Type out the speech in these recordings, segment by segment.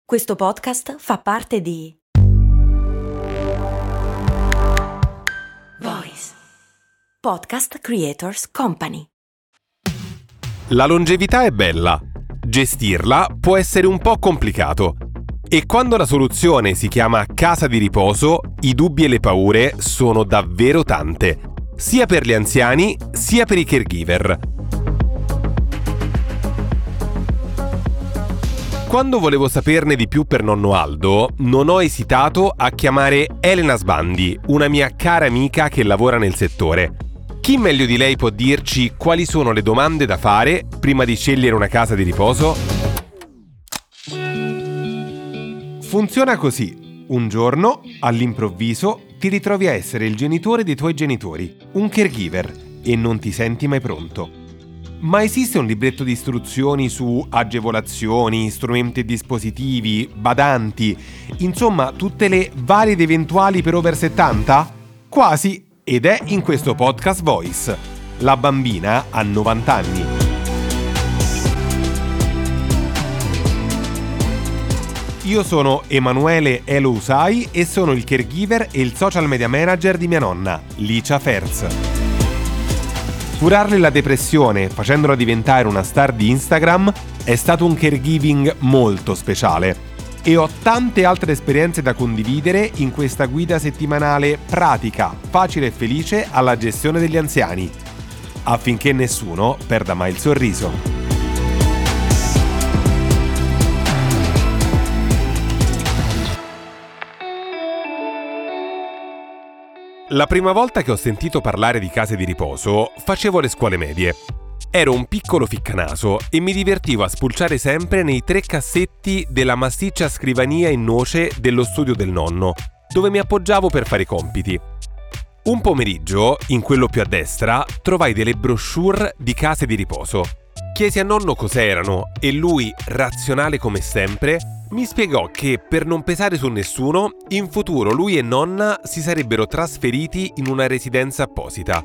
Questo podcast fa parte di Voice Podcast Creators Company. La longevità è bella, gestirla può essere un po' complicato. E quando la soluzione si chiama casa di riposo, i dubbi e le paure sono davvero tante, sia per gli anziani sia per i caregiver. Quando volevo saperne di più per nonno Aldo, non ho esitato a chiamare Elena Sbandi, una mia cara amica che lavora nel settore. Chi meglio di lei può dirci quali sono le domande da fare prima di scegliere una casa di riposo? Funziona così. Un giorno, all'improvviso, ti ritrovi a essere il genitore dei tuoi genitori, un caregiver, e non ti senti mai pronto. Ma esiste un libretto di istruzioni su agevolazioni, strumenti e dispositivi, badanti, insomma tutte le varie ed eventuali per over 70? Quasi, ed è in questo podcast Voice. La bambina ha 90 anni. Io sono Emanuele Elo Usai e sono il caregiver e il social media manager di mia nonna, Licia Ferz. Curarle la depressione facendola diventare una star di Instagram è stato un caregiving molto speciale e ho tante altre esperienze da condividere in questa guida settimanale pratica, facile e felice alla gestione degli anziani, affinché nessuno perda mai il sorriso. La prima volta che ho sentito parlare di case di riposo facevo le scuole medie. Ero un piccolo ficcanaso e mi divertivo a spulciare sempre nei 3 cassetti della massiccia scrivania in noce dello studio del nonno, dove mi appoggiavo per fare i compiti. Un pomeriggio, in quello più a destra, trovai delle brochure di case di riposo. Chiesi a nonno cos'erano e lui, razionale come sempre, mi spiegò che per non pesare su nessuno, in futuro lui e nonna si sarebbero trasferiti in una residenza apposita.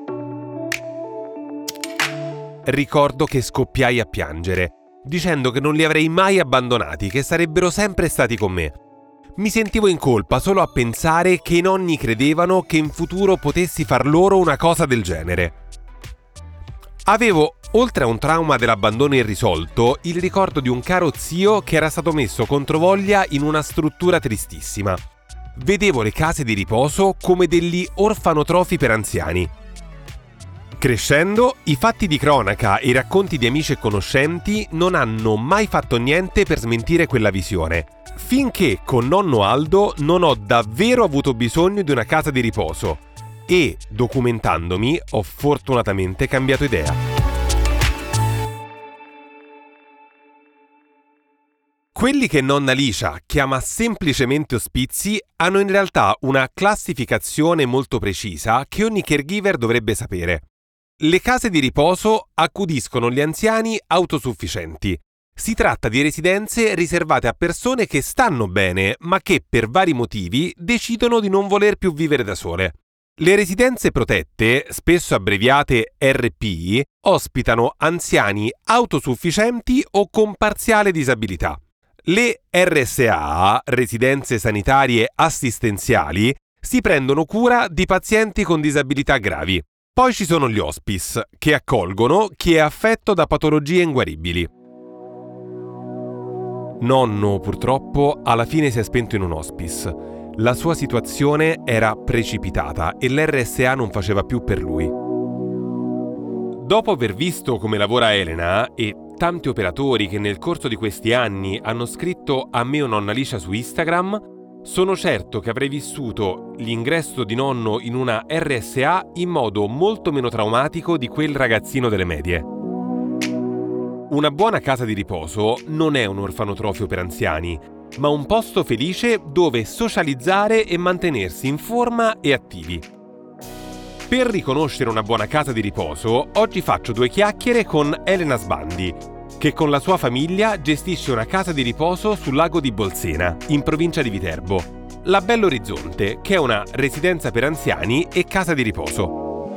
Ricordo che scoppiai a piangere, dicendo che non li avrei mai abbandonati, che sarebbero sempre stati con me. Mi sentivo in colpa solo a pensare che i nonni credevano che in futuro potessi far loro una cosa del genere. Avevo, oltre a un trauma dell'abbandono irrisolto, il ricordo di un caro zio che era stato messo controvoglia in una struttura tristissima. Vedevo le case di riposo come degli orfanotrofi per anziani. Crescendo, i fatti di cronaca e i racconti di amici e conoscenti non hanno mai fatto niente per smentire quella visione, finché con nonno Aldo non ho davvero avuto bisogno di una casa di riposo. E, documentandomi, ho fortunatamente cambiato idea. Quelli che nonna Licia chiama semplicemente ospizi hanno in realtà una classificazione molto precisa che ogni caregiver dovrebbe sapere. Le case di riposo accudiscono gli anziani autosufficienti. Si tratta di residenze riservate a persone che stanno bene, ma che per vari motivi decidono di non voler più vivere da sole. Le residenze protette, spesso abbreviate RPI, ospitano anziani autosufficienti o con parziale disabilità. Le RSA, residenze sanitarie assistenziali, si prendono cura di pazienti con disabilità gravi. Poi ci sono gli hospice, che accolgono chi è affetto da patologie inguaribili. Nonno, purtroppo, alla fine si è spento in un hospice. La sua situazione era precipitata e l'RSA non faceva più per lui. Dopo aver visto come lavora Elena e tanti operatori che nel corso di questi anni hanno scritto a me o nonna Licia su Instagram, sono certo che avrei vissuto l'ingresso di nonno in una RSA in modo molto meno traumatico di quel ragazzino delle medie. Una buona casa di riposo non è un orfanotrofio per anziani, ma un posto felice dove socializzare e mantenersi in forma e attivi. Per riconoscere una buona casa di riposo, oggi faccio 2 chiacchiere con Elena Sbandi, che con la sua famiglia gestisce una casa di riposo sul lago di Bolsena, in provincia di Viterbo, la Bell'Orizzonte, che è una residenza per anziani e casa di riposo.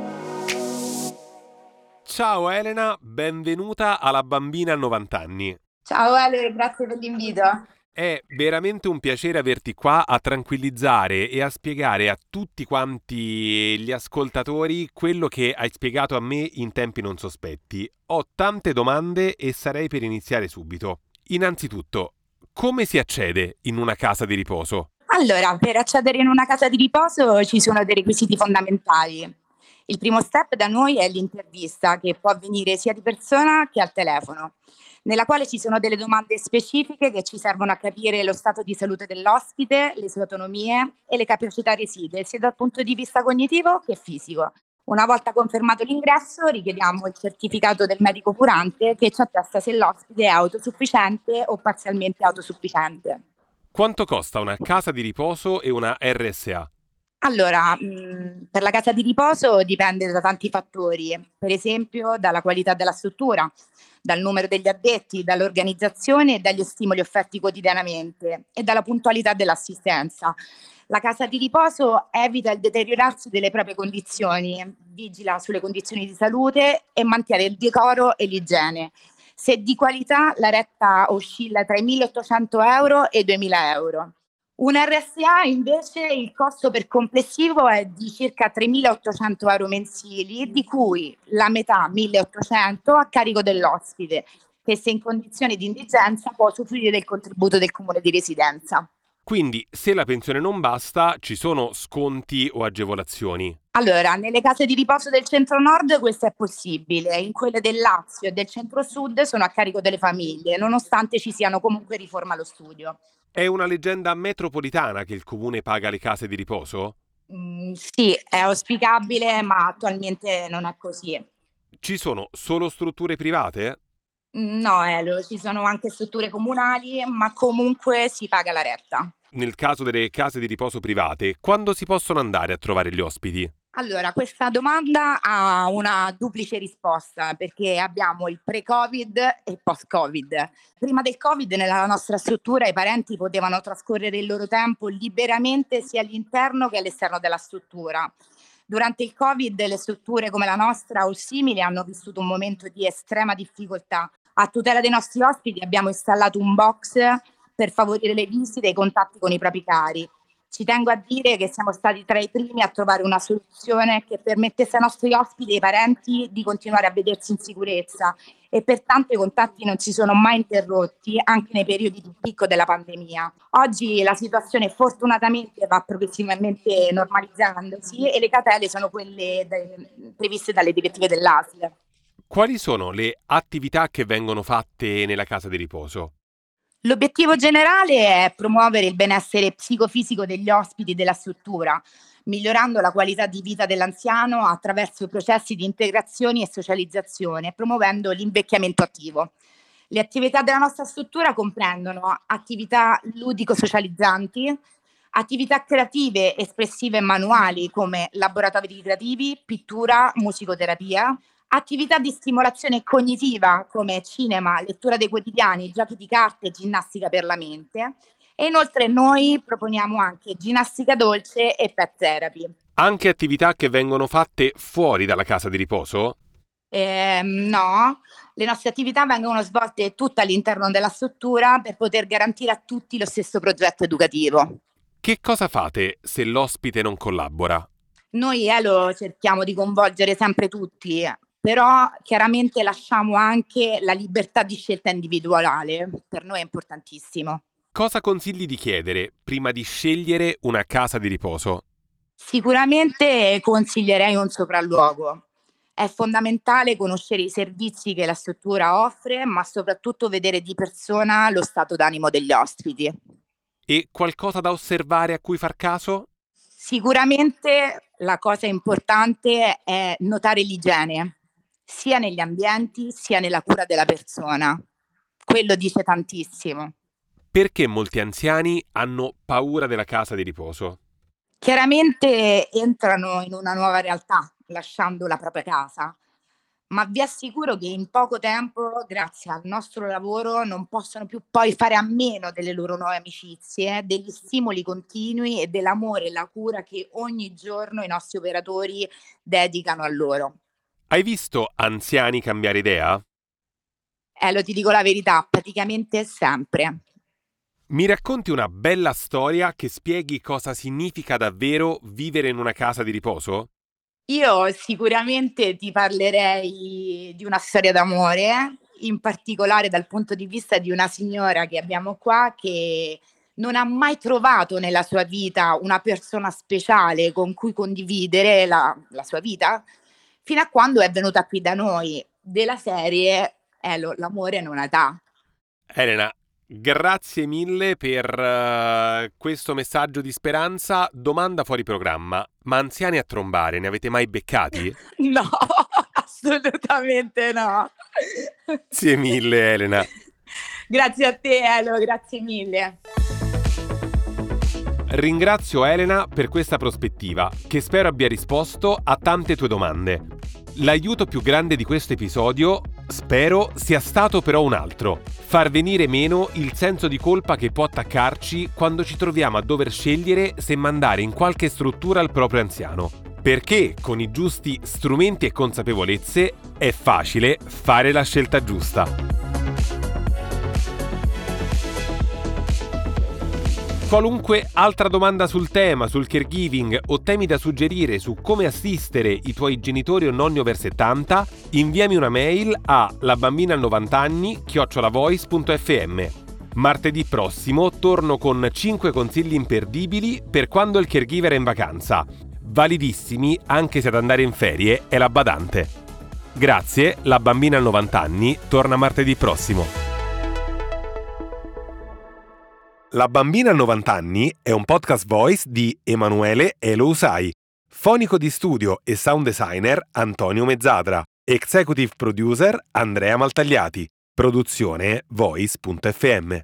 Ciao Elena, benvenuta alla bambina a 90 anni. Ciao Ale, grazie per l'invito. È veramente un piacere averti qua a tranquillizzare e a spiegare a tutti quanti gli ascoltatori quello che hai spiegato a me in tempi non sospetti. Ho tante domande e sarei per iniziare subito. Innanzitutto, come si accede in una casa di riposo? Allora, per accedere in una casa di riposo ci sono dei requisiti fondamentali. Il primo step da noi è l'intervista, che può avvenire sia di persona che al telefono, nella quale ci sono delle domande specifiche che ci servono a capire lo stato di salute dell'ospite, le sue autonomie e le capacità residue, sia dal punto di vista cognitivo che fisico. Una volta confermato l'ingresso, richiediamo il certificato del medico curante che ci attesta se l'ospite è autosufficiente o parzialmente autosufficiente. Quanto costa una casa di riposo e una RSA? Allora, per la casa di riposo dipende da tanti fattori, per esempio dalla qualità della struttura, dal numero degli addetti, dall'organizzazione e dagli stimoli offerti quotidianamente e dalla puntualità dell'assistenza. La casa di riposo evita il deteriorarsi delle proprie condizioni, vigila sulle condizioni di salute e mantiene il decoro e l'igiene. Se di qualità, la retta oscilla tra i 1.800 euro e i 2.000 euro. Un RSA invece il costo per complessivo è di circa 3.800 euro mensili, di cui la metà, 1.800, a carico dell'ospite, che se in condizioni di indigenza può usufruire del contributo del comune di residenza. Quindi, se la pensione non basta, ci sono sconti o agevolazioni? Allora, nelle case di riposo del centro-nord questo è possibile, in quelle del Lazio e del centro-sud sono a carico delle famiglie, nonostante ci siano comunque riforme allo studio. È una leggenda metropolitana che il comune paga le case di riposo? Sì, è auspicabile, ma attualmente non è così. Ci sono solo strutture private? No, Elo, ci sono anche strutture comunali, ma comunque si paga la retta. Nel caso delle case di riposo private, quando si possono andare a trovare gli ospiti? Allora, questa domanda ha una duplice risposta perché abbiamo il pre-Covid e il post-Covid. Prima del Covid nella nostra struttura i parenti potevano trascorrere il loro tempo liberamente sia all'interno che all'esterno della struttura. Durante il Covid le strutture come la nostra o simili hanno vissuto un momento di estrema difficoltà. A tutela dei nostri ospiti abbiamo installato un box per favorire le visite e i contatti con i propri cari. Ci tengo a dire che siamo stati tra i primi a trovare una soluzione che permettesse ai nostri ospiti e ai parenti di continuare a vedersi in sicurezza e pertanto i contatti non si sono mai interrotti anche nei periodi di picco della pandemia. Oggi la situazione fortunatamente va progressivamente normalizzandosi e le catene sono quelle previste dalle direttive dell'ASL. Quali sono le attività che vengono fatte nella casa di riposo? L'obiettivo generale è promuovere il benessere psicofisico degli ospiti della struttura, migliorando la qualità di vita dell'anziano attraverso processi di integrazione e socializzazione, promuovendo l'invecchiamento attivo. Le attività della nostra struttura comprendono attività ludico-socializzanti, attività creative, espressive e manuali come laboratori creativi, pittura, musicoterapia, attività di stimolazione cognitiva come cinema, lettura dei quotidiani, giochi di carte e ginnastica per la mente. E inoltre noi proponiamo anche ginnastica dolce e pet therapy. Anche attività che vengono fatte fuori dalla casa di riposo? No, le nostre attività vengono svolte tutte all'interno della struttura per poter garantire a tutti lo stesso progetto educativo. Che cosa fate se l'ospite non collabora? Noi Elo cerchiamo di coinvolgere sempre tutti, però chiaramente lasciamo anche la libertà di scelta individuale, per noi è importantissimo. Cosa consigli di chiedere prima di scegliere una casa di riposo? Sicuramente consiglierei un sopralluogo. È fondamentale conoscere i servizi che la struttura offre, ma soprattutto vedere di persona lo stato d'animo degli ospiti. E qualcosa da osservare a cui far caso? Sicuramente la cosa importante è notare l'igiene, sia negli ambienti sia nella cura della persona. Quello dice tantissimo. Perché molti anziani hanno paura della casa di riposo? Chiaramente entrano in una nuova realtà, lasciando la propria casa, ma vi assicuro che in poco tempo, grazie al nostro lavoro, non possono più poi fare a meno delle loro nuove amicizie, degli stimoli continui e dell'amore e la cura che ogni giorno i nostri operatori dedicano a loro. Hai visto anziani cambiare idea? Lo ti dico la verità, praticamente sempre. Mi racconti una bella storia che spieghi cosa significa davvero vivere in una casa di riposo? Io sicuramente ti parlerei di una storia d'amore, in particolare dal punto di vista di una signora che abbiamo qua che non ha mai trovato nella sua vita una persona speciale con cui condividere la sua vita, fino a quando è venuta qui da noi, della serie l'amore non ha età. Elena, grazie mille per questo messaggio di speranza. Domanda fuori programma: ma anziani a trombare, ne avete mai beccati? No, assolutamente no. Grazie mille, Elena. Grazie a te, Elo, grazie mille. Ringrazio Elena per questa prospettiva, che spero abbia risposto a tante tue domande. L'aiuto più grande di questo episodio, spero, sia stato però un altro: far venire meno il senso di colpa che può attaccarci quando ci troviamo a dover scegliere se mandare in qualche struttura il proprio anziano. Perché con i giusti strumenti e consapevolezze è facile fare la scelta giusta. Qualunque altra domanda sul tema, sul caregiving o temi da suggerire su come assistere i tuoi genitori o nonni over 70, inviami una mail a labambina90anni@voice.fm. Martedì prossimo torno con 5 consigli imperdibili per quando il caregiver è in vacanza, validissimi anche se ad andare in ferie è la badante. Grazie, la bambina a 90 anni torna martedì prossimo. La bambina a 90 anni è un podcast voice di Emanuele Elousai, fonico di studio e sound designer Antonio Mezzadra, executive producer Andrea Maltagliati, produzione voice.fm.